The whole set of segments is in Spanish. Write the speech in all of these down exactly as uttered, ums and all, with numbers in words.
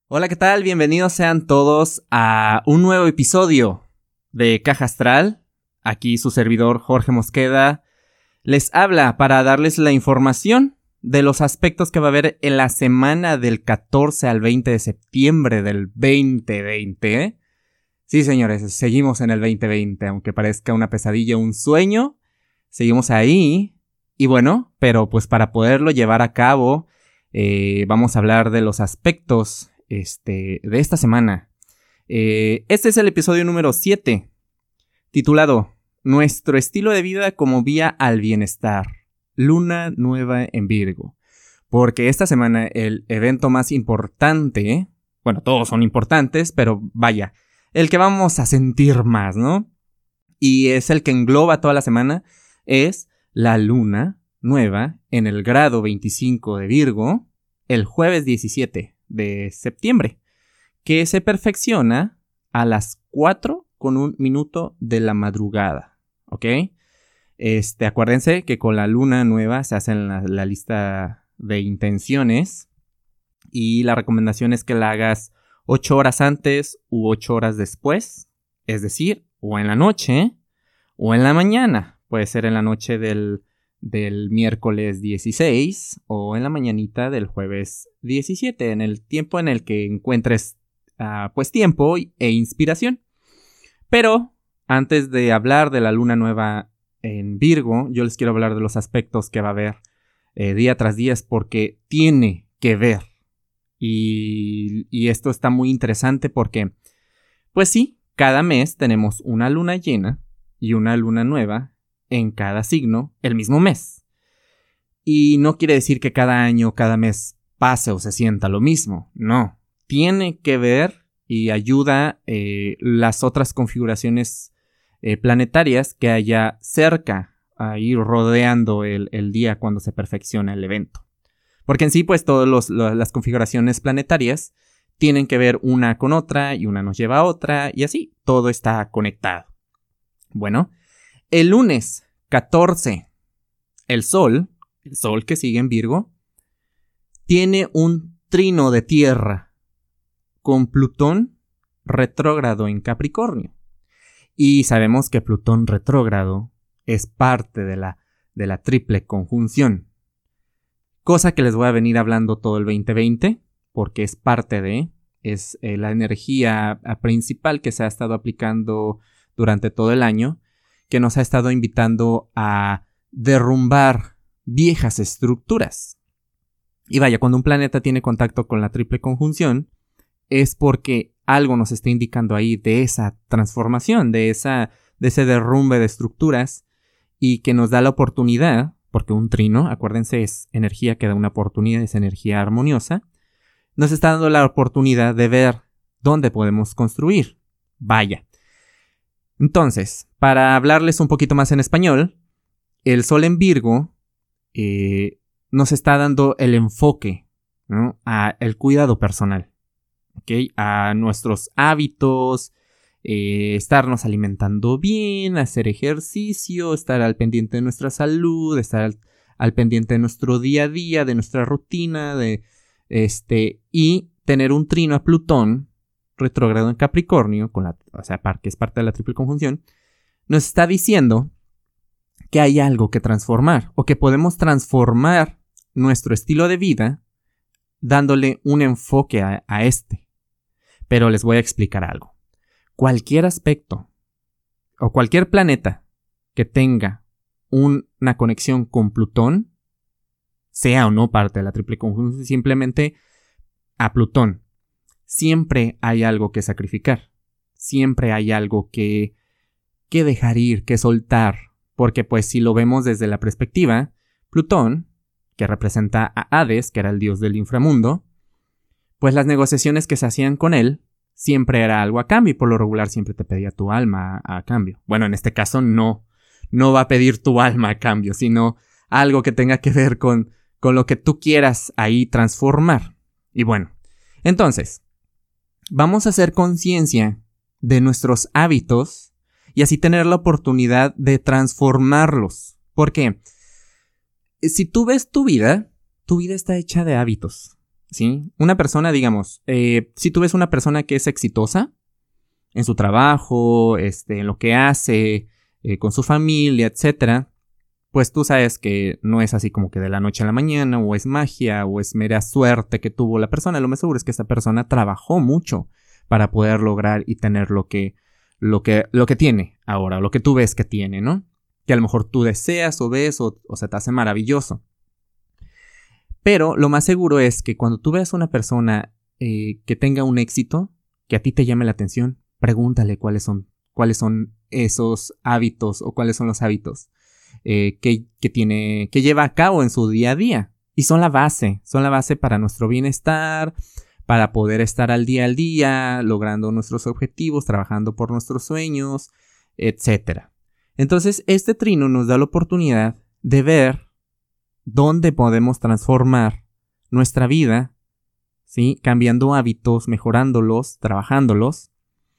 Hola, ¿qué tal? Bienvenidos sean todos a un nuevo episodio de Caja Astral. Aquí su servidor Jorge Mosqueda les habla para darles la información de los aspectos que va a haber en la semana del catorce al veinte de septiembre del veinte veinte. Sí, señores, seguimos en el veinte veinte, aunque parezca una pesadilla o un sueño. Seguimos ahí. Y bueno, pero pues para poderlo llevar a cabo, eh, vamos a hablar de los aspectos Este, de esta semana. Eh, este es el episodio número siete, titulado Nuestro estilo de vida como vía al bienestar. Luna nueva en Virgo. Porque esta semana el evento más importante, bueno, todos son importantes, pero vaya, el que vamos a sentir más, ¿no? Y es el que engloba toda la semana, es la luna nueva en el grado veinticinco de Virgo, el jueves diecisiete de septiembre, que se perfecciona a las cuatro con un minuto de la madrugada, ¿ok? Este, acuérdense que con la luna nueva se hace la, la lista de intenciones y la recomendación es que la hagas ocho horas antes u ocho horas después, es decir, o en la noche o en la mañana. Puede ser en la noche del del miércoles dieciséis o en la mañanita del jueves diecisiete, en el tiempo en el que encuentres uh, pues tiempo e inspiración. Pero antes de hablar de la luna nueva en Virgo, yo les quiero hablar de los aspectos que va a haber eh, día tras día, porque tiene que ver. Y, y esto está muy interesante porque, pues sí, cada mes tenemos una luna llena y una luna nueva en cada signo el mismo mes. Y no quiere decir que cada año, cada mes pase o se sienta lo mismo. No. Tiene que ver y ayuda eh, las otras configuraciones eh, planetarias que haya cerca a ir rodeando el, el día cuando se perfecciona el evento. Porque en sí, pues, todas las configuraciones planetarias tienen que ver una con otra y una nos lleva a otra y así. Todo está conectado. Bueno, el lunes catorce, el Sol, el Sol que sigue en Virgo, tiene un trino de tierra con Plutón retrógrado en Capricornio. Y sabemos que Plutón retrógrado es parte de la, de la triple conjunción. Cosa que les voy a venir hablando todo el veinte veinte, porque es parte de, es eh, la energía principal que se ha estado aplicando durante todo el año, que nos ha estado invitando a derrumbar viejas estructuras. Y vaya, cuando un planeta tiene contacto con la triple conjunción, es porque algo nos está indicando ahí de esa transformación, de, esa, de ese derrumbe de estructuras, y que nos da la oportunidad, porque un trino, acuérdense, es energía que da una oportunidad, es energía armoniosa, nos está dando la oportunidad de ver dónde podemos construir. Vaya. Entonces, para hablarles un poquito más en español, el Sol en Virgo eh, nos está dando el enfoque, ¿no?, a el cuidado personal, ¿okay?, a nuestros hábitos, eh, estarnos alimentando bien, hacer ejercicio, estar al pendiente de nuestra salud, estar al, al pendiente de nuestro día a día, de nuestra rutina, de este y tener un trino a Plutón retrógrado en Capricornio, con la, o sea, que es parte de la triple conjunción, nos está diciendo que hay algo que transformar, o que podemos transformar nuestro estilo de vida dándole un enfoque a, a este. Pero les voy a explicar algo. Cualquier aspecto o cualquier planeta que tenga un, una conexión con Plutón, sea o no parte de la triple conjunción, simplemente a Plutón, siempre hay algo que sacrificar, siempre hay algo que, que dejar ir, que soltar, porque pues si lo vemos desde la perspectiva, Plutón, que representa a Hades, que era el dios del inframundo, pues las negociaciones que se hacían con él siempre era algo a cambio y por lo regular siempre te pedía tu alma a, a cambio. Bueno, en este caso no, no va a pedir tu alma a cambio, sino algo que tenga que ver con, con lo que tú quieras ahí transformar. Y bueno, entonces, vamos a hacer conciencia de nuestros hábitos y así tener la oportunidad de transformarlos. ¿Por qué? Si tú ves tu vida, tu vida está hecha de hábitos. ¿sí? Una persona, digamos, eh, si tú ves una persona que es exitosa en su trabajo, este, en lo que hace, eh, con su familia, etcétera, pues tú sabes que no es así como que de la noche a la mañana, o es magia, o es mera suerte que tuvo la persona. Lo más seguro es que esta persona trabajó mucho para poder lograr y tener lo que, lo que, lo que tiene ahora, lo que tú ves que tiene, ¿no? Que a lo mejor tú deseas o ves o, o se te hace maravilloso. Pero lo más seguro es que cuando tú veas a una persona eh, que tenga un éxito, que a ti te llame la atención, pregúntale cuáles son, cuáles son esos hábitos o cuáles son los hábitos eh, que, que tiene, que lleva a cabo en su día a día. Y son la base, son la base para nuestro bienestar, para poder estar al día al día, logrando nuestros objetivos, trabajando por nuestros sueños, etcétera. Entonces, este trino nos da la oportunidad de ver dónde podemos transformar nuestra vida, ¿sí? Cambiando hábitos, mejorándolos, trabajándolos.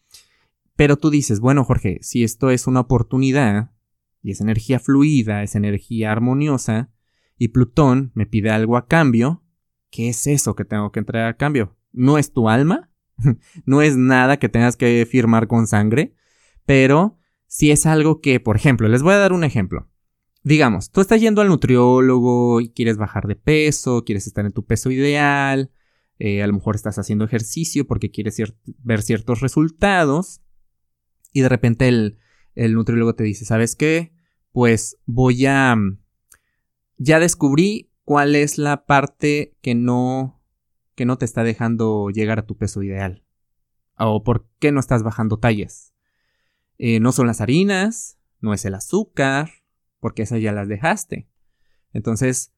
Pero tú dices, bueno, Jorge, si esto es una oportunidad y es energía fluida, es energía armoniosa, y Plutón me pide algo a cambio, ¿qué es eso que tengo que entregar a cambio? ¿No es tu alma? No es nada que tengas que firmar con sangre, pero si es algo que, por ejemplo, les voy a dar un ejemplo. Digamos, tú estás yendo al nutriólogo y quieres bajar de peso, quieres estar en tu peso ideal, eh, a lo mejor estás haciendo ejercicio porque quieres cier- ver ciertos resultados, y de repente el, el nutriólogo te dice, ¿sabes qué? Pues voy a... Ya descubrí cuál es la parte que no, que no te está dejando llegar a tu peso ideal. O por qué no estás bajando tallas. Eh, no son las harinas, no es el azúcar, porque esas ya las dejaste. Entonces,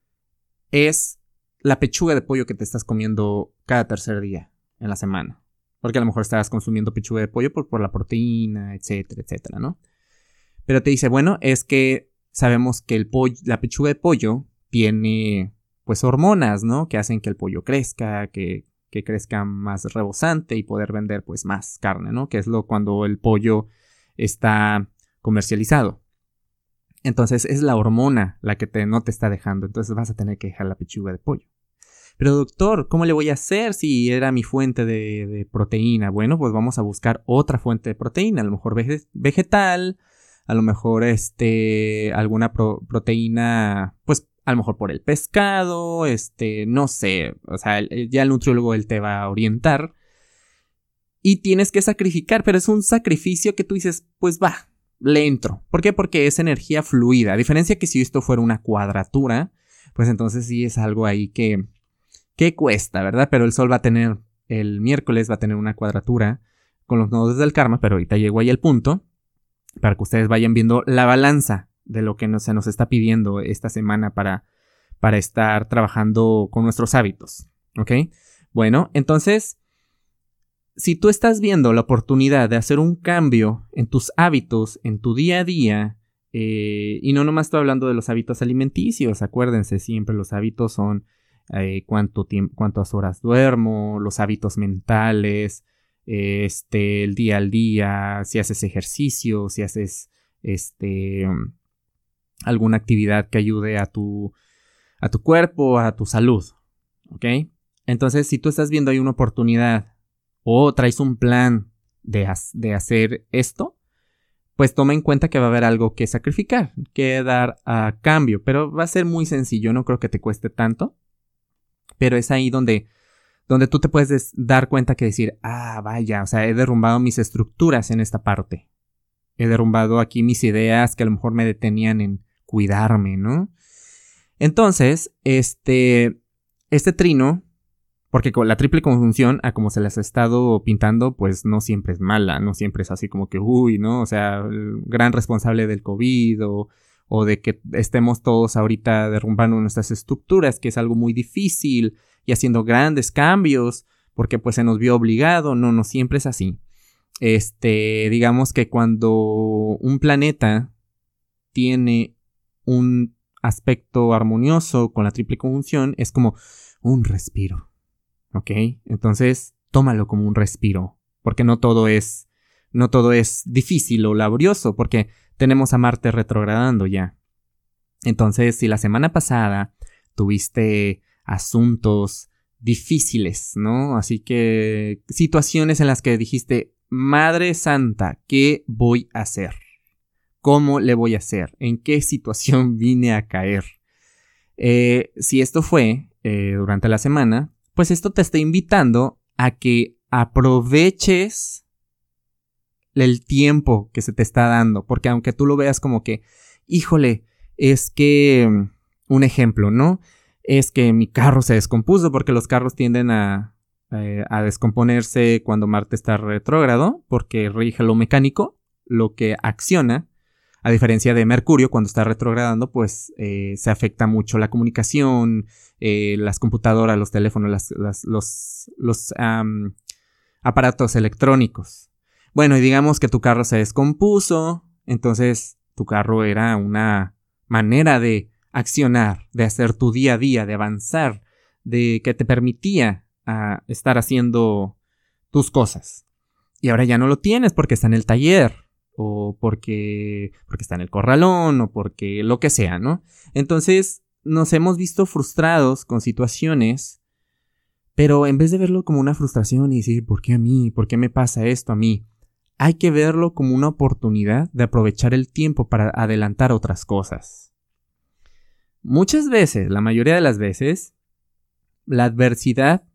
es la pechuga de pollo que te estás comiendo cada tercer día en la semana. Porque a lo mejor estabas consumiendo pechuga de pollo por, por la proteína, etcétera, etcétera, ¿no? Pero te dice, bueno, es que sabemos que el pollo, la pechuga de pollo tiene, pues, hormonas, ¿no? Que hacen que el pollo crezca, que, que crezca más rebosante y poder vender, pues, más carne, ¿no? Que es lo cuando el pollo está comercializado. Entonces es la hormona la que te, no te está dejando. Entonces vas a tener que dejar la pechuga de pollo. Pero doctor, ¿cómo le voy a hacer si era mi fuente de, de proteína? Bueno, pues vamos a buscar otra fuente de proteína. A lo mejor vege- vegetal, a lo mejor este, alguna pro- proteína, pues a lo mejor por el pescado, este, no sé. O sea, el, ya el nutriólogo él te va a orientar. Y tienes que sacrificar, pero es un sacrificio que tú dices, pues va. Le entro. ¿Por qué? Porque es energía fluida. A diferencia que si esto fuera una cuadratura, pues entonces sí es algo ahí que, que cuesta, ¿verdad? Pero el Sol va a tener, el miércoles va a tener una cuadratura con los nodos del karma, pero ahorita llego ahí al punto, para que ustedes vayan viendo la balanza de lo que nos, se nos está pidiendo esta semana para, para estar trabajando con nuestros hábitos, ¿ok? Bueno, entonces... Si tú estás viendo la oportunidad de hacer un cambio en tus hábitos, en tu día a día, eh, y no nomás estoy hablando de los hábitos alimenticios, acuérdense siempre, los hábitos son eh, cuánto tiempo, cuántas horas duermo, los hábitos mentales, eh, este, el día al día, si haces ejercicio, si haces este, um, alguna actividad que ayude a tu, a tu cuerpo, a tu salud, ¿ok? Entonces, si tú estás viendo ahí una oportunidad o traes un plan de, ha- de hacer esto, pues toma en cuenta que va a haber algo que sacrificar, que dar a cambio, pero va a ser muy sencillo, no creo que te cueste tanto, pero es ahí donde, donde tú te puedes des- dar cuenta que decir, ah, vaya, o sea, he derrumbado mis estructuras en esta parte, he derrumbado aquí mis ideas que a lo mejor me detenían en cuidarme, ¿no? Entonces, este, este trino... Porque con la triple conjunción, a como se las ha estado pintando, pues no siempre es mala, no siempre es así como que, uy, ¿no? O sea, el gran responsable del COVID o, o de que estemos todos ahorita derrumbando nuestras estructuras, que es algo muy difícil y haciendo grandes cambios, porque pues se nos vio obligado, no, no siempre es así. Este, digamos que cuando un planeta tiene un aspecto armonioso con la triple conjunción, es como un respiro. ¿Ok? Entonces, tómalo como un respiro, porque no todo es, no todo es difícil o laborioso, porque tenemos a Marte retrogradando ya. Entonces, si la semana pasada tuviste asuntos difíciles, ¿no? Así que situaciones en las que dijiste, Madre Santa, ¿qué voy a hacer? ¿Cómo le voy a hacer? ¿En qué situación vine a caer? Eh, si esto fue eh, durante la semana, pues esto te está invitando a que aproveches el tiempo que se te está dando, porque aunque tú lo veas como que, híjole, es que, un ejemplo, ¿no? Es que mi carro se descompuso, porque los carros tienden a, eh, a descomponerse cuando Marte está retrógrado, porque rige lo mecánico, lo que acciona. A diferencia de Mercurio, cuando está retrogradando, pues eh, se afecta mucho la comunicación, eh, las computadoras, los teléfonos, las, las, los, los um, aparatos electrónicos. Bueno, y digamos que tu carro se descompuso, entonces tu carro era una manera de accionar, de hacer tu día a día, de avanzar, de que te permitía uh, estar haciendo tus cosas. Y ahora ya no lo tienes porque está en el taller, o porque, porque está en el corralón, o porque lo que sea, ¿no? Entonces nos hemos visto frustrados con situaciones, pero en vez de verlo como una frustración y decir, ¿por qué a mí? ¿Por qué me pasa esto a mí? Hay que verlo como una oportunidad de aprovechar el tiempo para adelantar otras cosas. Muchas veces, la mayoría de las veces, la adversidad,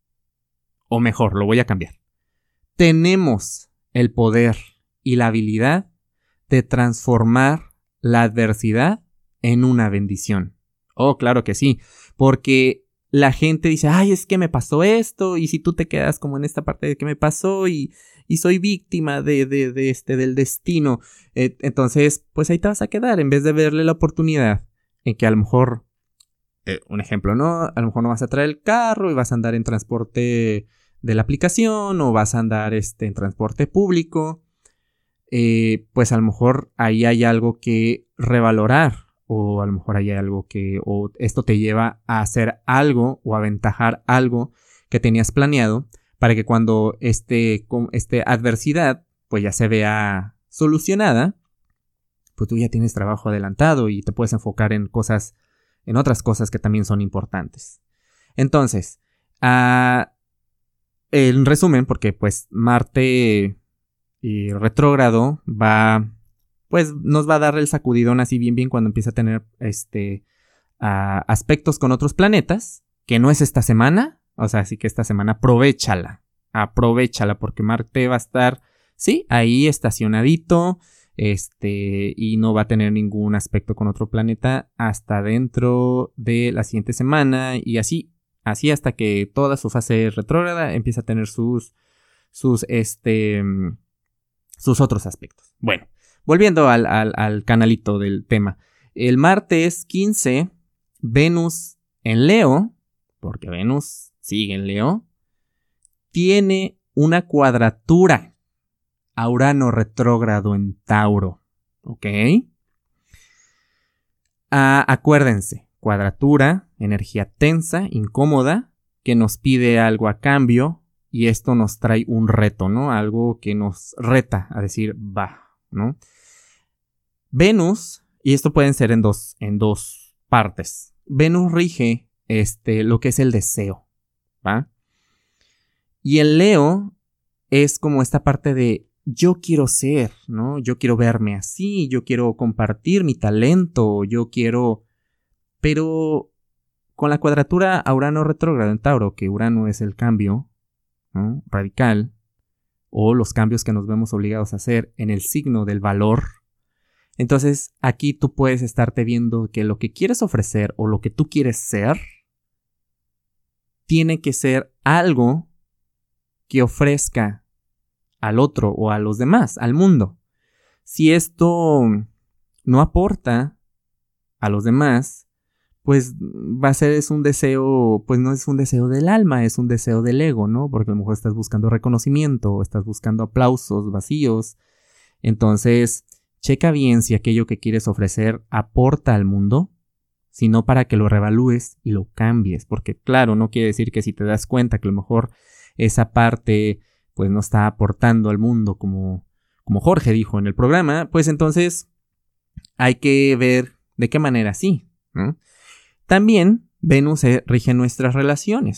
o mejor, lo voy a cambiar. Tenemos el poder y la habilidad de transformar la adversidad en una bendición. Oh, claro que sí, porque la gente dice, ay, es que me pasó esto, y si tú te quedas como en esta parte de que me pasó y, y soy víctima de, de, de este, del destino, eh, entonces, pues ahí te vas a quedar, en vez de verle la oportunidad en que a lo mejor, eh, un ejemplo, ¿no? A lo mejor no vas a traer el carro y vas a andar en transporte de la aplicación, o vas a andar este, en transporte público, eh, pues a lo mejor ahí hay algo que revalorar. O a lo mejor hay algo que, o esto te lleva a hacer algo o aventajar algo que tenías planeado para que cuando este, este adversidad pues ya se vea solucionada, pues tú ya tienes trabajo adelantado y te puedes enfocar en cosas, en otras cosas que también son importantes. Entonces, uh, en resumen, porque pues Marte y retrógrado va... pues nos va a dar el sacudidón así bien bien cuando empieza a tener este uh, aspectos con otros planetas, que no es esta semana, o sea, así que esta semana aprovéchala, aprovéchala, porque Marte va a estar, sí, ahí estacionadito, este, y no va a tener ningún aspecto con otro planeta hasta dentro de la siguiente semana, y así, así hasta que toda su fase retrógrada empieza a tener sus, sus, este, sus otros aspectos. Bueno. Volviendo al, al, al canalito del tema. El martes quince, Venus en Leo, porque Venus sigue en Leo, tiene una cuadratura a Urano retrógrado en Tauro. ¿Ok? Ah, acuérdense, cuadratura, energía tensa, incómoda, que nos pide algo a cambio, y esto nos trae un reto, ¿no? Algo que nos reta a decir, va, ¿no? Venus, y esto pueden ser en dos, en dos partes. Venus rige este, lo que es el deseo, ¿va? Y el Leo es como esta parte de yo quiero ser, ¿no? Yo quiero verme así, yo quiero compartir mi talento, yo quiero... Pero con la cuadratura a Urano retrógrado en Tauro, que Urano es el cambio, ¿no? Radical, o los cambios que nos vemos obligados a hacer en el signo del valor. Entonces aquí tú puedes estarte viendo que lo que quieres ofrecer o lo que tú quieres ser tiene que ser algo que ofrezca al otro o a los demás, al mundo. Si esto no aporta a los demás, pues va a ser es un deseo, pues no es un deseo del alma, es un deseo del ego, ¿no? Porque a lo mejor estás buscando reconocimiento, o estás buscando aplausos vacíos. Entonces, checa bien si aquello que quieres ofrecer aporta al mundo, sino para que lo revalúes y lo cambies, porque claro, no quiere decir que si te das cuenta que a lo mejor esa parte pues no está aportando al mundo como, como Jorge dijo en el programa, pues entonces hay que ver de qué manera sí, ¿no? También Venus rige nuestras relaciones,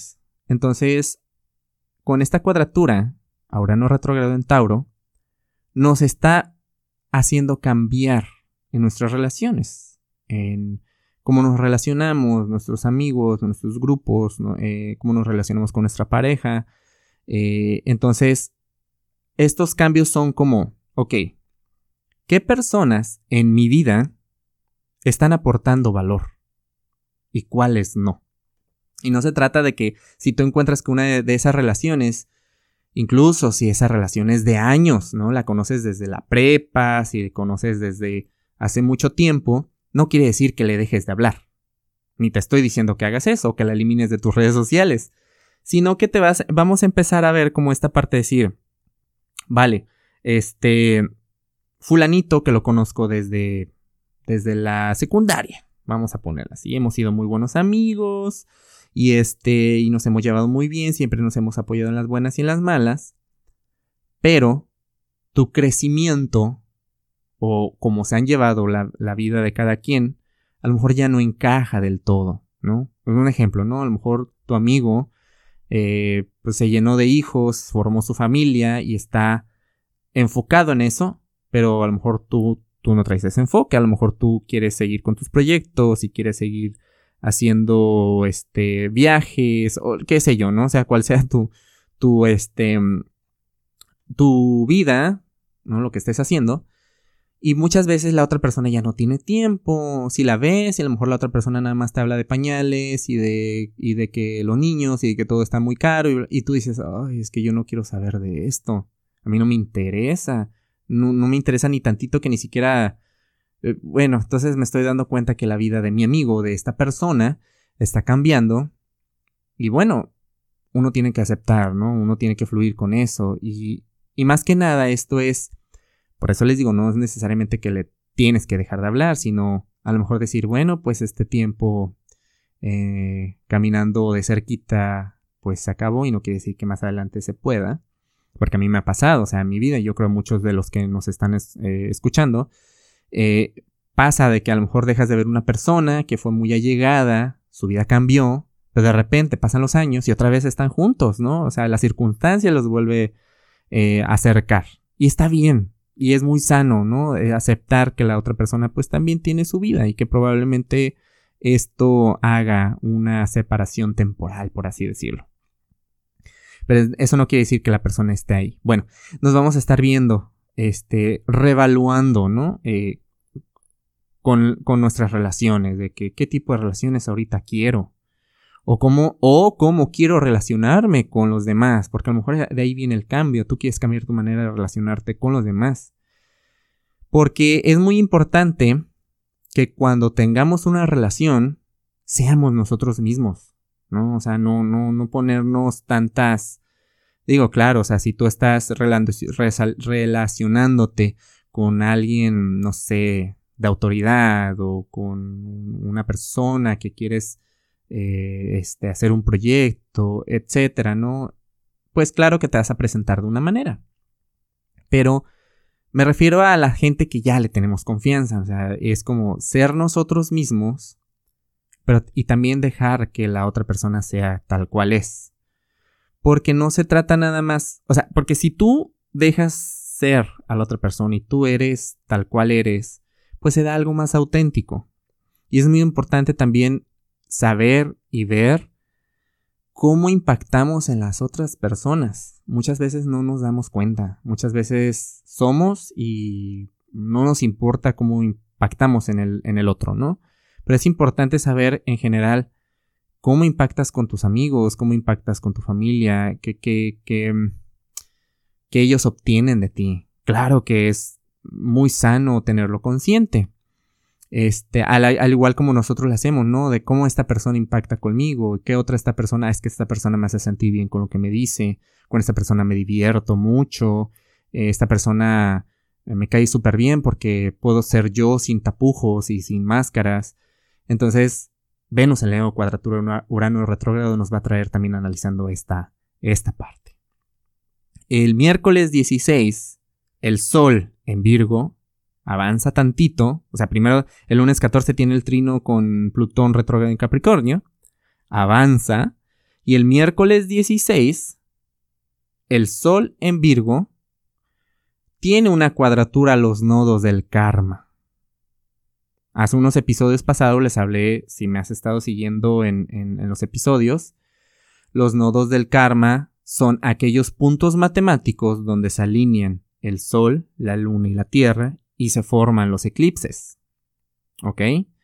Entonces, con esta cuadratura, a Urano retrógrado en Tauro, nos está haciendo cambiar en nuestras relaciones, en cómo nos relacionamos, nuestros amigos, nuestros grupos, ¿no? eh, cómo nos relacionamos con nuestra pareja. Eh, entonces, estos cambios son como, ok, ¿qué personas en mi vida están aportando valor? ¿Y cuáles no? Y no se trata de que si tú encuentras que una de, de esas relaciones, incluso si esa relación es de años, ¿no? La conoces desde la prepa, si la conoces desde hace mucho tiempo, no quiere decir que le dejes de hablar. Ni te estoy diciendo que hagas eso o que la elimines de tus redes sociales, sino que te vas, vamos a empezar a ver como esta parte de decir, vale, este, fulanito que lo conozco desde, desde la secundaria, vamos a ponerla así, hemos sido muy buenos amigos y este, y nos hemos llevado muy bien, siempre nos hemos apoyado en las buenas y en las malas, pero tu crecimiento o como se han llevado la, la vida de cada quien, a lo mejor ya no encaja del todo, ¿no? Un ejemplo, ¿no? A lo mejor tu amigo eh, pues se llenó de hijos, formó su familia y está enfocado en eso, pero a lo mejor tú, tú no traes ese enfoque, a lo mejor tú quieres seguir con tus proyectos y quieres seguir haciendo este viajes o qué sé yo, ¿no? O sea, cual sea tu, tu, este, tu vida, ¿no? Lo que estés haciendo. Y muchas veces la otra persona ya no tiene tiempo. Si la ves, y a lo mejor la otra persona nada más te habla de pañales y de, y de que los niños y de que todo está muy caro. Y, y tú dices, ay, es que yo no quiero saber de esto. A mí no me interesa. No, no me interesa ni tantito que ni siquiera... Eh, bueno, entonces me estoy dando cuenta que la vida de mi amigo, de esta persona, está cambiando. Y bueno, uno tiene que aceptar, ¿no? Uno tiene que fluir con eso. Y, y más que nada esto es... Por eso les digo, no es necesariamente que le tienes que dejar de hablar, sino a lo mejor decir, bueno, pues este tiempo eh, caminando de cerquita, pues se acabó y no quiere decir que más adelante se pueda, porque a mí me ha pasado, o sea, en mi vida, yo creo muchos de los que nos están es, eh, escuchando, eh, pasa de que a lo mejor dejas de ver una persona que fue muy allegada, su vida cambió, pero de repente pasan los años y otra vez están juntos, ¿no? O sea, la circunstancia los vuelve eh, a acercar y está bien. Y es muy sano, ¿no? Eh, aceptar que la otra persona pues también tiene su vida y que probablemente esto haga una separación temporal, por así decirlo. Pero eso no quiere decir que la persona esté ahí. Bueno, nos vamos a estar viendo, este, reevaluando, ¿no? Eh, con, con nuestras relaciones, de que qué tipo de relaciones ahorita quiero. O cómo, o cómo quiero relacionarme con los demás, porque a lo mejor de ahí viene el cambio, tú quieres cambiar tu manera de relacionarte con los demás. Porque es muy importante que cuando tengamos una relación, seamos nosotros mismos, ¿no? O sea, no, no, no ponernos tantas... Digo, claro, o sea, si tú estás relacionándote con alguien, no sé, de autoridad o con una persona que quieres... Eh, este, hacer un proyecto, etcétera, ¿no? Pues claro que te vas a presentar de una manera. Pero me refiero a la gente que ya le tenemos confianza. O sea, es como ser nosotros mismos, pero y también dejar que la otra persona sea tal cual es. Porque no se trata nada más... O sea, porque si tú dejas ser a la otra persona y tú eres tal cual eres, pues se da algo más auténtico. Y es muy importante también saber y ver cómo impactamos en las otras personas. Muchas veces no nos damos cuenta. Muchas veces somos y no nos importa cómo impactamos en el, en el otro, ¿no? Pero es importante saber en general cómo impactas con tus amigos, cómo impactas con tu familia, qué, qué, qué, qué ellos obtienen de ti. Claro que es muy sano tenerlo consciente. Este, al, al igual como nosotros lo hacemos, ¿no? De cómo esta persona impacta conmigo, qué otra esta persona, es que esta persona me hace sentir bien con lo que me dice, con esta persona me divierto mucho, eh, esta persona eh, me cae súper bien porque puedo ser yo sin tapujos y sin máscaras. Entonces, Venus en Leo, cuadratura Urano retrógrado nos va a traer también analizando esta, esta parte. El miércoles dieciséis, el Sol en Virgo avanza tantito, o sea, primero el lunes catorce tiene el trino con Plutón retrógrado en Capricornio, avanza Y el miércoles dieciséis, el Sol en Virgo tiene una cuadratura a los nodos del karma. Hace unos episodios pasados les hablé, si me has estado siguiendo en, en, en los episodios, los nodos del karma son aquellos puntos matemáticos donde se alinean el Sol, la Luna y la Tierra y se forman los eclipses. ¿Ok?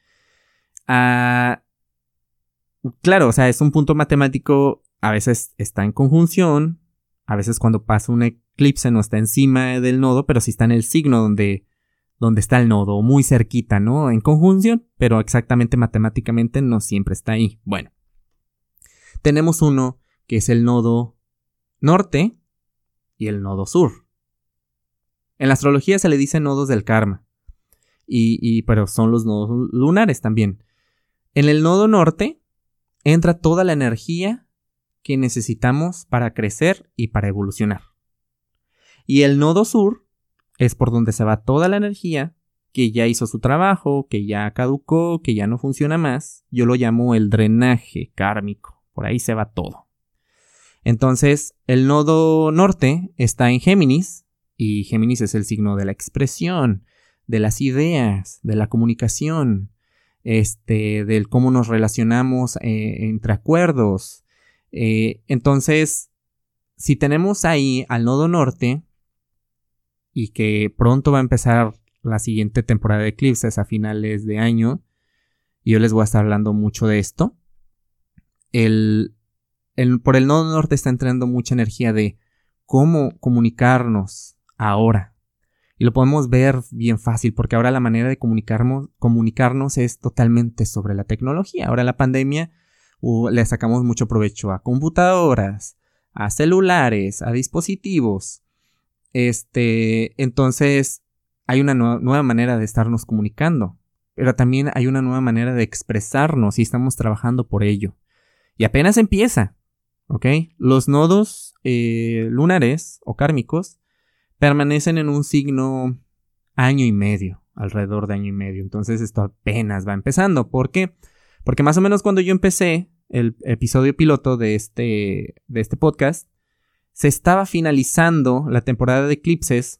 Ah, claro, o sea, es un punto matemático, a veces está en conjunción, a veces cuando pasa un eclipse no está encima del nodo, pero sí está en el signo donde, donde está el nodo, muy cerquita, ¿no? En conjunción, pero exactamente matemáticamente no siempre está ahí. Bueno, tenemos uno que es el nodo norte y el nodo sur. En la astrología se le dice nodos del karma, y, y, pero son los nodos lunares también. En el nodo norte entra toda la energía que necesitamos para crecer y para evolucionar. Y el nodo sur es por donde se va toda la energía que ya hizo su trabajo, que ya caducó, que ya no funciona más. Yo lo llamo el drenaje kármico. Por ahí se va todo. Entonces, el nodo norte está en Géminis, y Géminis es el signo de la expresión, de las ideas, de la comunicación, este, del cómo nos relacionamos eh, entre acuerdos. Eh, entonces, si tenemos ahí al nodo norte, y que pronto va a empezar la siguiente temporada de eclipses a finales de año, y yo les voy a estar hablando mucho de esto, el, el, por el nodo norte está entrando mucha energía de cómo comunicarnos ahora. Y lo podemos ver bien fácil, porque ahora la manera de comunicarnos, comunicarnos es totalmente sobre la tecnología. Ahora la pandemia uh, le sacamos mucho provecho a computadoras, a celulares, a dispositivos. Este, entonces hay una nu- nueva manera de estarnos comunicando, pero también hay una nueva manera de expresarnos y estamos trabajando por ello. Y apenas empieza, ¿ok? Los nodos eh, lunares o kármicos permanecen en un signo año y medio, alrededor de año y medio. Entonces esto apenas va empezando. ¿Por qué? Porque más o menos cuando yo empecé el episodio piloto de este, de este podcast, se estaba finalizando la temporada de eclipses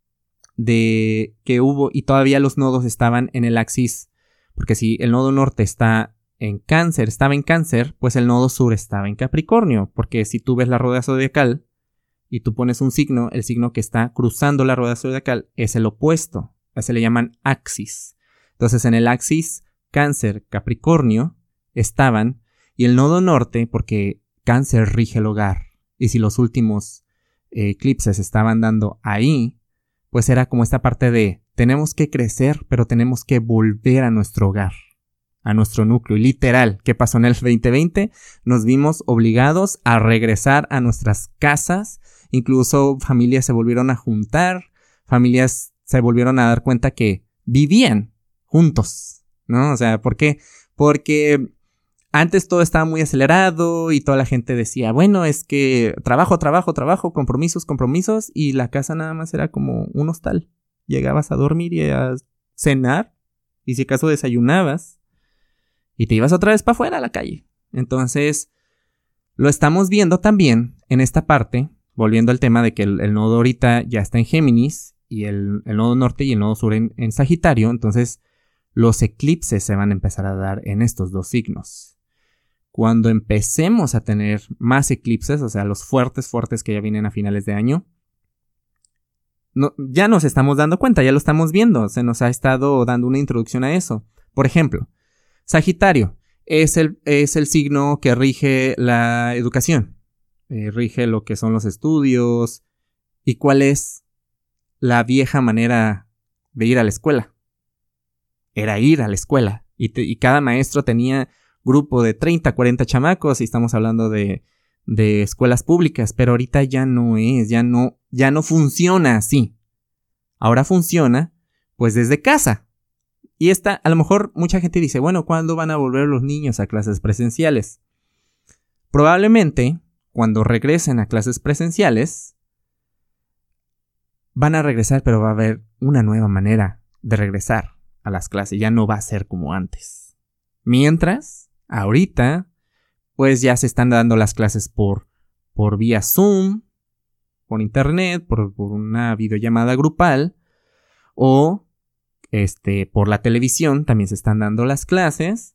de que hubo, y todavía los nodos estaban en el axis, porque si el nodo norte está en Cáncer, estaba en Cáncer, pues el nodo sur estaba en Capricornio, porque si tú ves la rueda zodiacal y tú pones un signo, el signo que está cruzando la rueda zodiacal es el opuesto, se le llaman axis. Entonces en el axis Cáncer, Capricornio estaban, y el nodo norte, porque Cáncer rige el hogar, y si los últimos eh, eclipses estaban dando ahí, pues era como esta parte de tenemos que crecer, pero tenemos que volver a nuestro hogar, a nuestro núcleo. Y literal, ¿qué pasó en el veinte veinte? Nos vimos obligados a regresar a nuestras casas. Incluso familias se volvieron a juntar, familias se volvieron a dar cuenta que vivían juntos, ¿no? O sea, ¿por qué? Porque antes todo estaba muy acelerado y toda la gente decía, bueno, es que trabajo, trabajo, trabajo, compromisos, compromisos, y la casa nada más era como un hostal. Llegabas a dormir y a cenar, y si acaso desayunabas, y te ibas otra vez para afuera a la calle. Entonces, lo estamos viendo también en esta parte, volviendo al tema de que el, el nodo ahorita ya está en Géminis, y el, el nodo norte y el nodo sur en, en Sagitario. Entonces los eclipses se van a empezar a dar en estos dos signos. Cuando empecemos a tener más eclipses, o sea, los fuertes, fuertes que ya vienen a finales de año, no, ya nos estamos dando cuenta, ya lo estamos viendo, se nos ha estado dando una introducción a eso. Por ejemplo, Sagitario es el, es el signo que rige la educación, eh, rige lo que son los estudios y cuál es la vieja manera de ir a la escuela. Era ir a la escuela y, te, y cada maestro tenía grupo de treinta, cuarenta chamacos, y estamos hablando de, de escuelas públicas, pero ahorita ya no es, ya no, ya no funciona así. Ahora funciona pues desde casa. Y esta, a lo mejor mucha gente dice, bueno, ¿cuándo van a volver los niños a clases presenciales? Probablemente cuando regresen a clases presenciales van a regresar, pero va a haber una nueva manera de regresar a las clases, ya no va a ser como antes. Mientras, ahorita, pues ya se están dando las clases por, por vía Zoom, por internet, por, por una videollamada grupal, o este, por la televisión también se están dando las clases.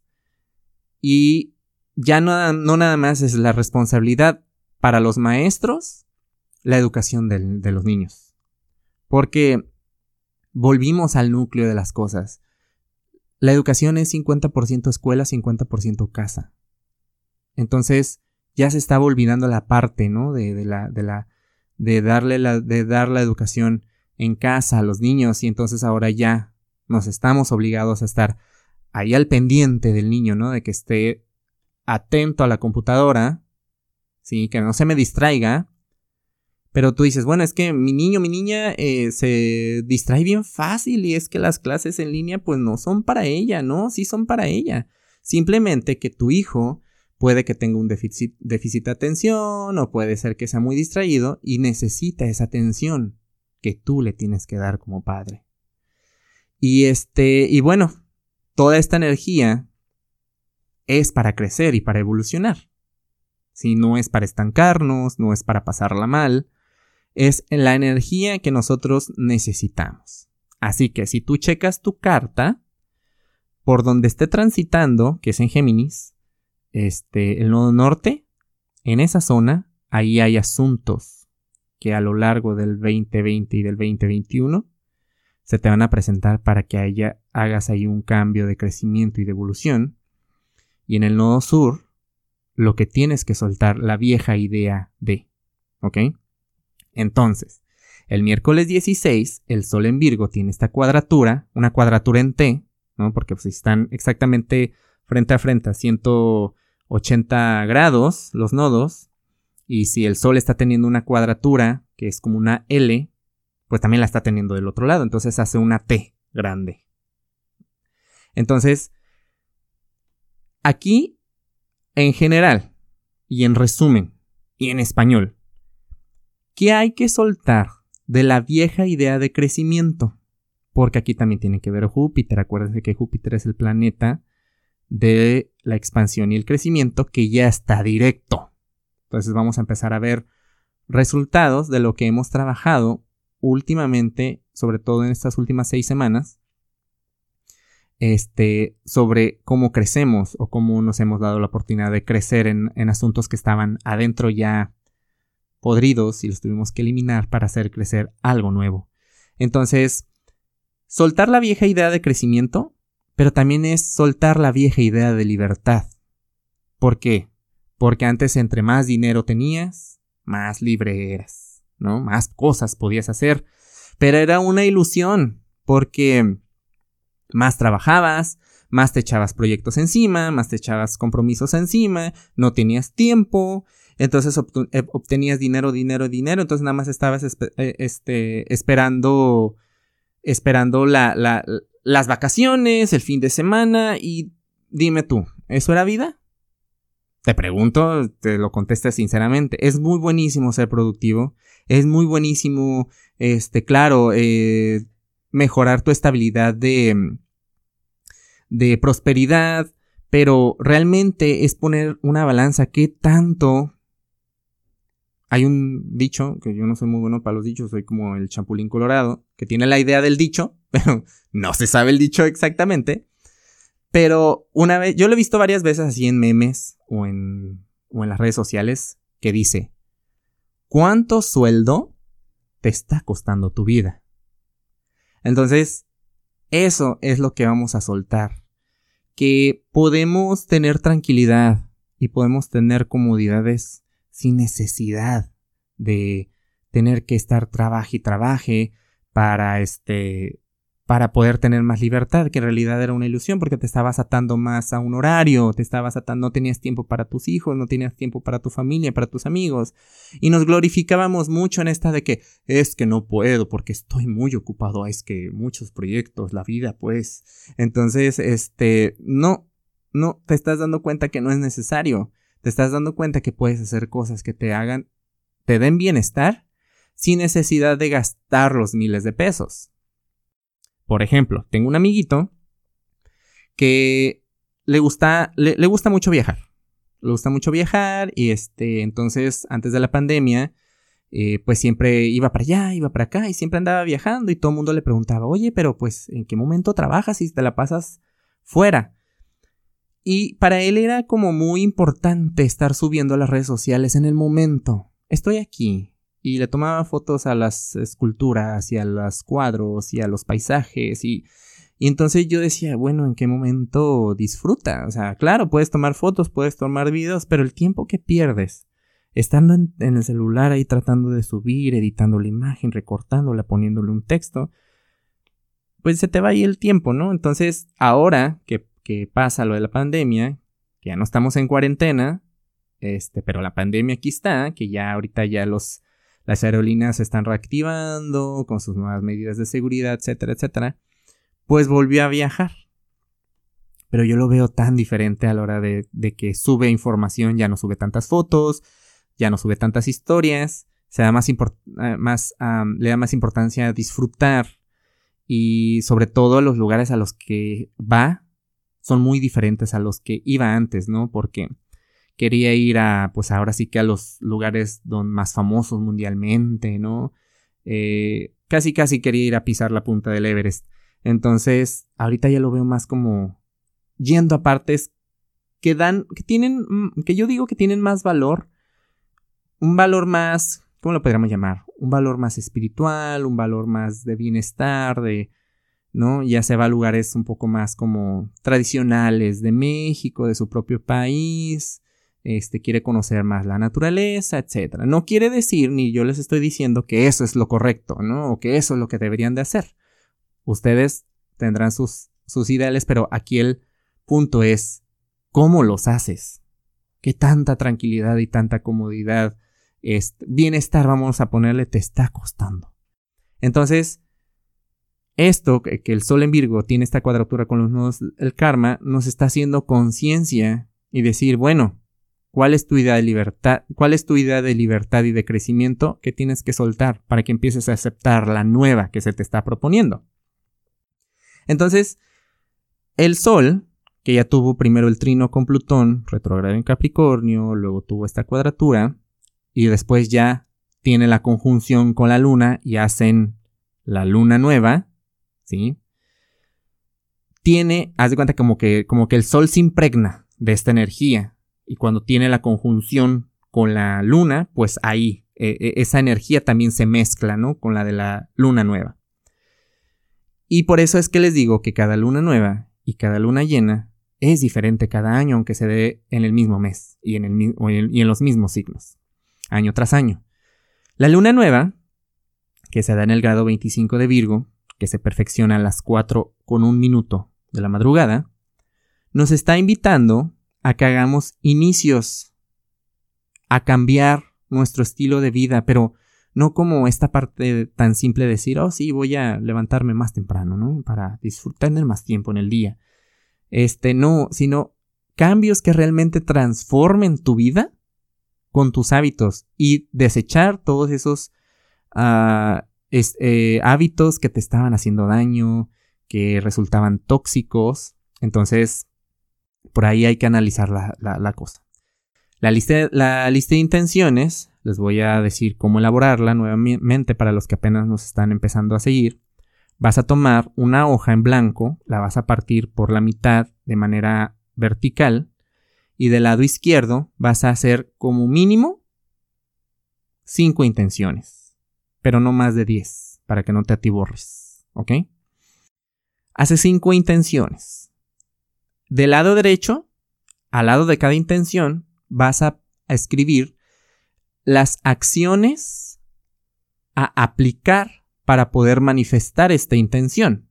Y ya no, no nada más es la responsabilidad para los maestros la educación de, de los niños. Porque volvimos al núcleo de las cosas. La educación es cincuenta por ciento escuela, cincuenta por ciento casa. Entonces ya se estaba olvidando la parte, ¿no? De, de la, de la, de darle la, de dar la educación en casa a los niños, y entonces ahora ya nos estamos obligados a estar ahí al pendiente del niño, ¿no? De que esté atento a la computadora, sí, que no se me distraiga. Pero tú dices, bueno, es que mi niño, mi niña eh, se distrae bien fácil, y es que las clases en línea pues no son para ella, ¿no? Sí son para ella. Simplemente que tu hijo puede que tenga un déficit, déficit de atención, o puede ser que sea muy distraído y necesita esa atención que tú le tienes que dar como padre. Y este, y bueno, toda esta energía es para crecer y para evolucionar. Si no es para estancarnos, no es para pasarla mal, es la energía que nosotros necesitamos. Así que si tú checas tu carta, por donde esté transitando, que es en Géminis, este, el nodo norte, en esa zona, ahí hay asuntos que a lo largo del veinte veinte y del veinte veintiuno se te van a presentar para que haya, hagas ahí un cambio de crecimiento y de evolución. Y en el nodo sur, lo que tienes que soltar, la vieja idea de, ¿ok? Entonces, el miércoles dieciséis, el Sol en Virgo tiene esta cuadratura, una cuadratura en T, ¿no? Porque pues, están exactamente frente a frente a ciento ochenta grados los nodos, y si el Sol está teniendo una cuadratura, que es como una L, pues también la está teniendo del otro lado, entonces hace una T grande. Entonces, aquí, en general, y en resumen, y en español, ¿qué hay que soltar de la vieja idea de crecimiento? Porque aquí también tiene que ver Júpiter. Acuérdense que Júpiter es el planeta de la expansión y el crecimiento, que ya está directo. Entonces vamos a empezar a ver resultados de lo que hemos trabajado últimamente, sobre todo en estas últimas seis semanas, este, sobre cómo crecemos o cómo nos hemos dado la oportunidad de crecer en, en asuntos que estaban adentro ya podridos y los tuvimos que eliminar para hacer crecer algo nuevo. Entonces, soltar la vieja idea de crecimiento, pero también es soltar la vieja idea de libertad. ¿Por qué? Porque antes, entre más dinero tenías, más libre eras, ¿no? Más cosas podías hacer, pero era una ilusión, porque más trabajabas, más te echabas proyectos encima, más te echabas compromisos encima, no tenías tiempo. Entonces obtenías dinero, dinero, dinero. Entonces nada más estabas espe- este, esperando, esperando la, la, las vacaciones, el fin de semana. Y dime tú, ¿eso era vida? Te pregunto, te lo contestas sinceramente. Es muy buenísimo ser productivo. Es muy buenísimo, este, claro, eh, mejorar tu estabilidad de, de prosperidad. Pero realmente es poner una balanza. ¿Qué tanto? Hay un dicho, que yo no soy muy bueno para los dichos, soy como el chapulín colorado, que tiene la idea del dicho, pero no se sabe el dicho exactamente. Pero una vez, yo lo he visto varias veces así en memes o en, o en las redes sociales, que dice, ¿cuánto sueldo te está costando tu vida? Entonces, eso es lo que vamos a soltar. Que podemos tener tranquilidad y podemos tener comodidades sin necesidad de tener que estar trabaje y trabaje para este para poder tener más libertad, que en realidad era una ilusión porque te estabas atando más a un horario, te estabas atando, no tenías tiempo para tus hijos, no tenías tiempo para tu familia, para tus amigos, y nos glorificábamos mucho en esta de que es que no puedo porque estoy muy ocupado, es que muchos proyectos, la vida pues. Entonces, este, no, no, te estás dando cuenta que no es necesario. Te estás dando cuenta que puedes hacer cosas que te hagan, te den bienestar sin necesidad de gastar los miles de pesos. Por ejemplo, tengo un amiguito que le gusta, le, le gusta mucho viajar. le gusta mucho viajar y este, entonces antes de la pandemia, eh, pues siempre iba para allá, iba para acá y siempre andaba viajando y todo el mundo le preguntaba, oye, pero pues ¿en qué momento trabajas si te la pasas fuera? Y para él era como muy importante estar subiendo a las redes sociales en el momento. Estoy aquí. Y le tomaba fotos a las esculturas y a los cuadros y a los paisajes y, y entonces yo decía, bueno, ¿en qué momento disfruta? O sea, claro, puedes tomar fotos, puedes tomar videos, pero el tiempo que pierdes estando en, en el celular ahí tratando de subir, editando la imagen, recortándola, poniéndole un texto, pues se te va ahí el tiempo, ¿no? Entonces, ahora que, que pasa lo de la pandemia, que ya no estamos en cuarentena, este, pero la pandemia aquí está, que ya ahorita ya los... Las aerolíneas se están reactivando con sus nuevas medidas de seguridad, etcétera, etcétera. Pues volvió a viajar. Pero yo lo veo tan diferente a la hora de, de que sube información, ya no sube tantas fotos, ya no sube tantas historias, se da más import- más, um, le da más importancia a disfrutar y sobre todo los lugares a los que va son muy diferentes a los que iba antes, ¿no? Porque quería ir a, pues ahora sí que a los lugares don, más famosos mundialmente, ¿no? Eh, casi casi quería ir a pisar la punta del Everest. Entonces, ahorita ya lo veo más como yendo a partes que dan, que tienen, que yo digo que tienen más valor. Un valor más, ¿cómo lo podríamos llamar? Un valor más espiritual, un valor más de bienestar, de, ¿no? Ya se va a lugares un poco más como tradicionales de México, de su propio país. Este, quiere conocer más la naturaleza, etcétera. No quiere decir, ni yo les estoy diciendo que eso es lo correcto, ¿no? O que eso es lo que deberían de hacer. Ustedes tendrán sus, sus ideales, pero aquí el punto es, ¿cómo los haces? ¿Qué tanta tranquilidad y tanta comodidad, este, bienestar, vamos a ponerle, te está costando? Entonces, esto, que, que el Sol en Virgo tiene esta cuadratura con los nodos del karma, nos está haciendo conciencia y decir, bueno, ¿cuál es tu idea de libertad? ¿Cuál es tu idea de libertad y de crecimiento que tienes que soltar para que empieces a aceptar la nueva que se te está proponiendo? Entonces, el Sol, que ya tuvo primero el trino con Plutón, retrógrado en Capricornio, luego tuvo esta cuadratura, y después ya tiene la conjunción con la Luna y hacen la Luna nueva, ¿sí? Tiene, haz de cuenta como que, como que el Sol se impregna de esta energía. Y cuando tiene la conjunción con la luna, pues ahí eh, esa energía también se mezcla, ¿no? Con la de la luna nueva. Y por eso es que les digo que cada luna nueva y cada luna llena es diferente cada año, aunque se dé en el mismo mes y en, el, o en, y en los mismos signos, año tras año. La luna nueva, que se da en el grado veinticinco de Virgo, que se perfecciona a las cuatro con un minuto de la madrugada, nos está invitando a que hagamos inicios, a cambiar nuestro estilo de vida, pero no como esta parte tan simple de decir, oh sí, voy a levantarme más temprano, ¿no? Para disfrutar, tener más tiempo en el día. Este, no, sino cambios que realmente transformen tu vida con tus hábitos y desechar todos esos uh, es, eh, hábitos que te estaban haciendo daño, que resultaban tóxicos. Entonces, por ahí hay que analizar la, la, la cosa. La lista, la lista de intenciones, les voy a decir cómo elaborarla nuevamente para los que apenas nos están empezando a seguir. Vas a tomar una hoja en blanco, la vas a partir por la mitad de manera vertical y del lado izquierdo vas a hacer como mínimo cinco intenciones, pero no más de diez, para que no te atiborres, ¿ok? Hace cinco intenciones. Del lado derecho, al lado de cada intención, vas a escribir las acciones a aplicar para poder manifestar esta intención.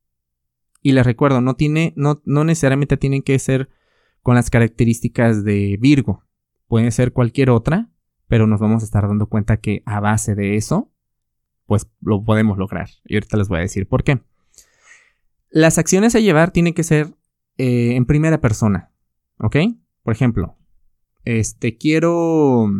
Y les recuerdo, no, tiene, no, no necesariamente tienen que ser con las características de Virgo. Puede ser cualquier otra, pero nos vamos a estar dando cuenta que a base de eso, pues lo podemos lograr. Y ahorita les voy a decir por qué. Las acciones a llevar tienen que ser Eh, en primera persona, ¿ok? Por ejemplo, este, quiero,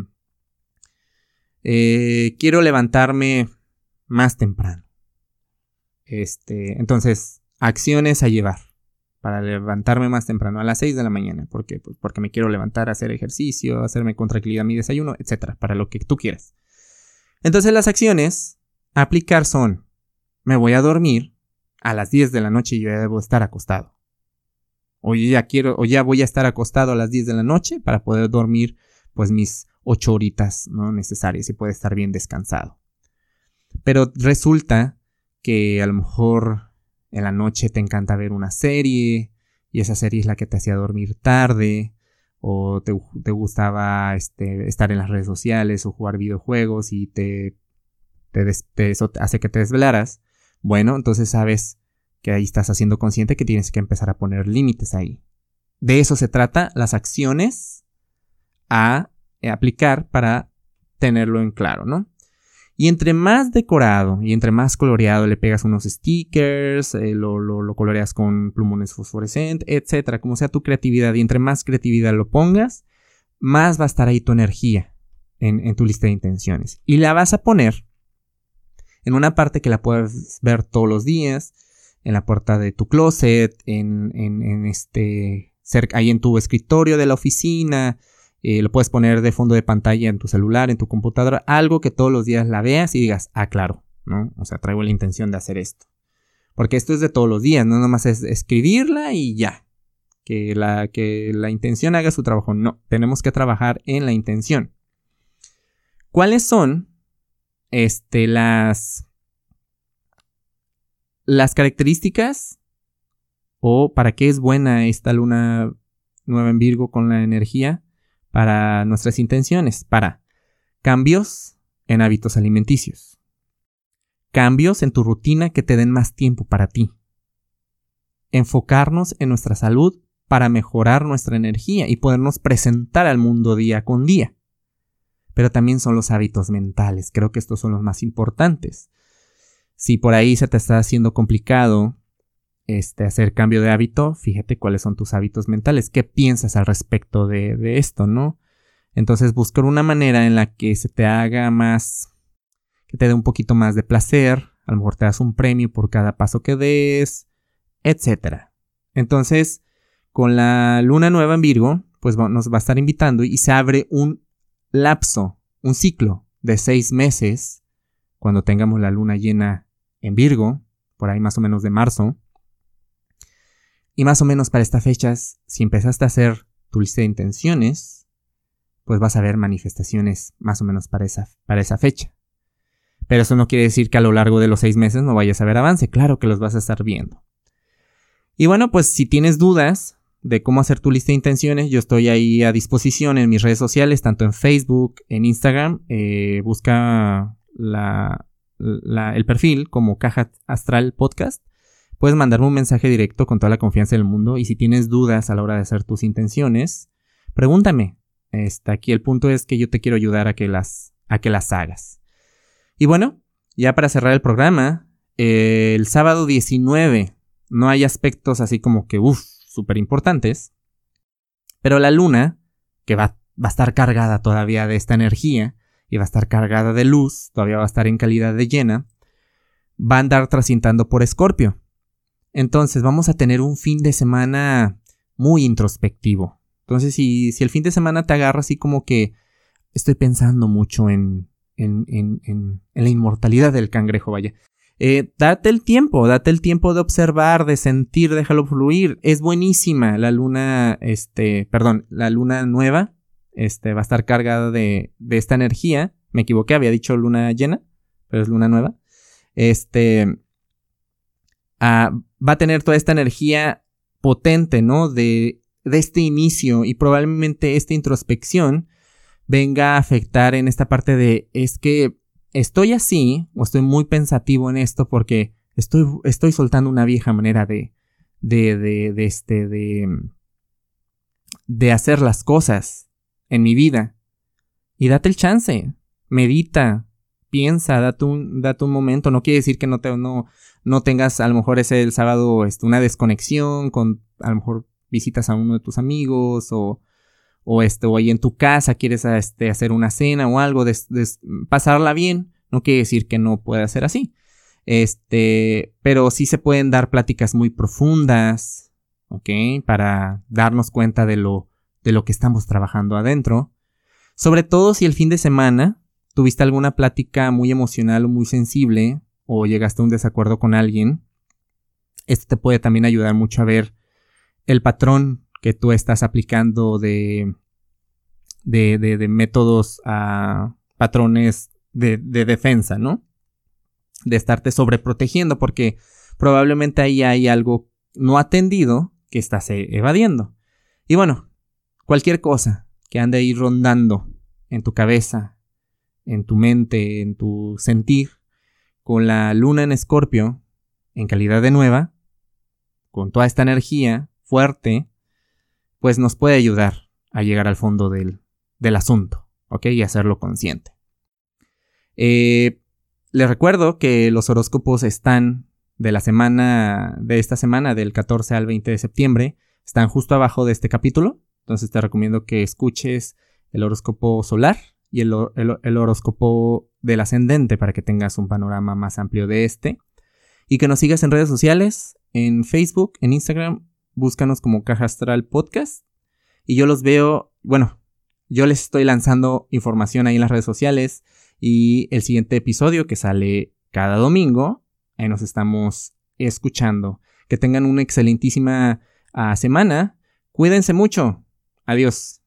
eh, quiero levantarme más temprano. Este, entonces, acciones a llevar. para levantarme más temprano, a las seis de la mañana. ¿Por qué? Pues porque me quiero levantar a hacer ejercicio, hacerme con tranquilidad mi desayuno, etcétera, para lo que tú quieras. Entonces las acciones a aplicar son: me voy a dormir a las diez de la noche y yo ya debo estar acostado. O ya quiero, o ya voy a estar acostado a las diez de la noche para poder dormir pues mis ocho horitas, ¿no?, necesarias y poder estar bien descansado. Pero resulta que a lo mejor en la noche te encanta ver una serie y esa serie es la que te hacía dormir tarde, o te, te gustaba este, estar en las redes sociales o jugar videojuegos y te, te, des, te eso hace que te desvelaras. Bueno, entonces sabes que ahí estás haciendo consciente que tienes que empezar a poner límites ahí. De eso se trata las acciones a aplicar para tenerlo en claro, ¿no? Y entre más decorado y entre más coloreado le pegas unos stickers, eh, lo, lo, lo coloreas con plumones fosforescentes, etcétera, como sea tu creatividad, y entre más creatividad lo pongas, más va a estar ahí tu energía en, en tu lista de intenciones. Y la vas a poner en una parte que la puedes ver todos los días, en la puerta de tu closet, en, en, en este, cerca, ahí en tu escritorio de la oficina. Eh, lo puedes poner de fondo de pantalla en tu celular, en tu computadora, algo que todos los días la veas y digas, ah, claro, ¿no? O sea, traigo la intención de hacer esto. Porque esto es de todos los días, no nomás es escribirla y ya. Que la, que la intención haga su trabajo. No, tenemos que trabajar en la intención. ¿Cuáles son este, las, las características o para qué es buena esta luna nueva en Virgo con la energía? Para nuestras intenciones, para cambios en hábitos alimenticios, cambios en tu rutina que te den más tiempo para ti, enfocarnos en nuestra salud para mejorar nuestra energía y podernos presentar al mundo día con día. Pero también son los hábitos mentales, creo que estos son los más importantes. Si por ahí se te está haciendo complicado Este, hacer cambio de hábito, fíjate cuáles son tus hábitos mentales, qué piensas al respecto de, de esto, ¿no? Entonces buscar una manera en la que se te haga más, que te dé un poquito más de placer, a lo mejor te das un premio por cada paso que des, etcétera. Entonces, con la luna nueva en Virgo, pues nos va a estar invitando y se abre un lapso, un ciclo de seis meses, cuando tengamos la luna llena en Virgo, por ahí más o menos de marzo. Y más o menos para estas fechas, si empezaste a hacer tu lista de intenciones, pues vas a ver manifestaciones más o menos para esa, para esa fecha. Pero eso no quiere decir que a lo largo de los seis meses no vayas a ver avance. Claro que los vas a estar viendo. Y bueno, pues si tienes dudas de cómo hacer tu lista de intenciones, yo estoy ahí a disposición en mis redes sociales, tanto en Facebook, en Instagram. Eh, busca la, la, el perfil como Caja Astral Podcast. Puedes mandarme un mensaje directo con toda la confianza del mundo, y si tienes dudas a la hora de hacer tus intenciones, pregúntame. Este, aquí el punto es que yo te quiero ayudar a que las, a que las hagas. Y bueno, ya para cerrar el programa, eh, el sábado diecinueve no hay aspectos así como que uff, súper importantes, pero la luna, que va, va a estar cargada todavía de esta energía y va a estar cargada de luz, todavía va a estar en calidad de llena, va a andar transitando por Escorpio. Entonces vamos a tener un fin de semana muy introspectivo. Entonces si, si el fin de semana te agarra así como que estoy pensando mucho en, en, en, en, en la inmortalidad del cangrejo, vaya. Eh, date el tiempo, date el tiempo de observar, de sentir, déjalo fluir. Es buenísima la luna, este, perdón, la luna nueva, este, va a estar cargada de, de esta energía. Me equivoqué, había dicho luna llena, pero es luna nueva. Este... Uh, va a tener toda esta energía potente, ¿no? De, de este inicio, y probablemente esta introspección venga a afectar en esta parte de es que estoy así o estoy muy pensativo en esto porque estoy, estoy soltando una vieja manera de, de, de, de, este, de, de hacer las cosas en mi vida. Y date el chance, medita, piensa, date un, date un momento. No quiere decir que no te, no, no tengas a lo mejor ese el sábado este, una desconexión con, a lo mejor visitas a uno de tus amigos o, o, este, o ahí en tu casa quieres este, hacer una cena o algo, de, de, pasarla bien. No quiere decir que no pueda ser así. Este, pero sí se pueden dar pláticas muy profundas, ¿ok? Para darnos cuenta de lo, de lo que estamos trabajando adentro. Sobre todo si el fin de semana tuviste alguna plática muy emocional o muy sensible o llegaste a un desacuerdo con alguien. Esto te puede también ayudar mucho a ver el patrón que tú estás aplicando de, de, de, de métodos a patrones de, de defensa, ¿no? De estarte sobreprotegiendo, porque probablemente ahí hay algo no atendido que estás evadiendo. Y bueno, cualquier cosa que ande ahí rondando en tu cabeza, en tu mente, en tu sentir, con la luna en Escorpio, en calidad de nueva, con toda esta energía fuerte, pues nos puede ayudar a llegar al fondo del, del asunto, ¿ok? Y hacerlo consciente. Eh, les recuerdo que los horóscopos están de la semana, de esta semana, del catorce al veinte de septiembre, están justo abajo de este capítulo. Entonces te recomiendo que escuches el horóscopo solar y el, el, el horóscopo del ascendente para que tengas un panorama más amplio de este. Y que nos sigas en redes sociales, en Facebook, en Instagram, búscanos como Caja Astral Podcast. Y yo los veo, bueno, yo les estoy lanzando información ahí en las redes sociales. Y el siguiente episodio que sale cada domingo, ahí nos estamos escuchando. Que tengan una excelentísima uh, semana. Cuídense mucho. Adiós.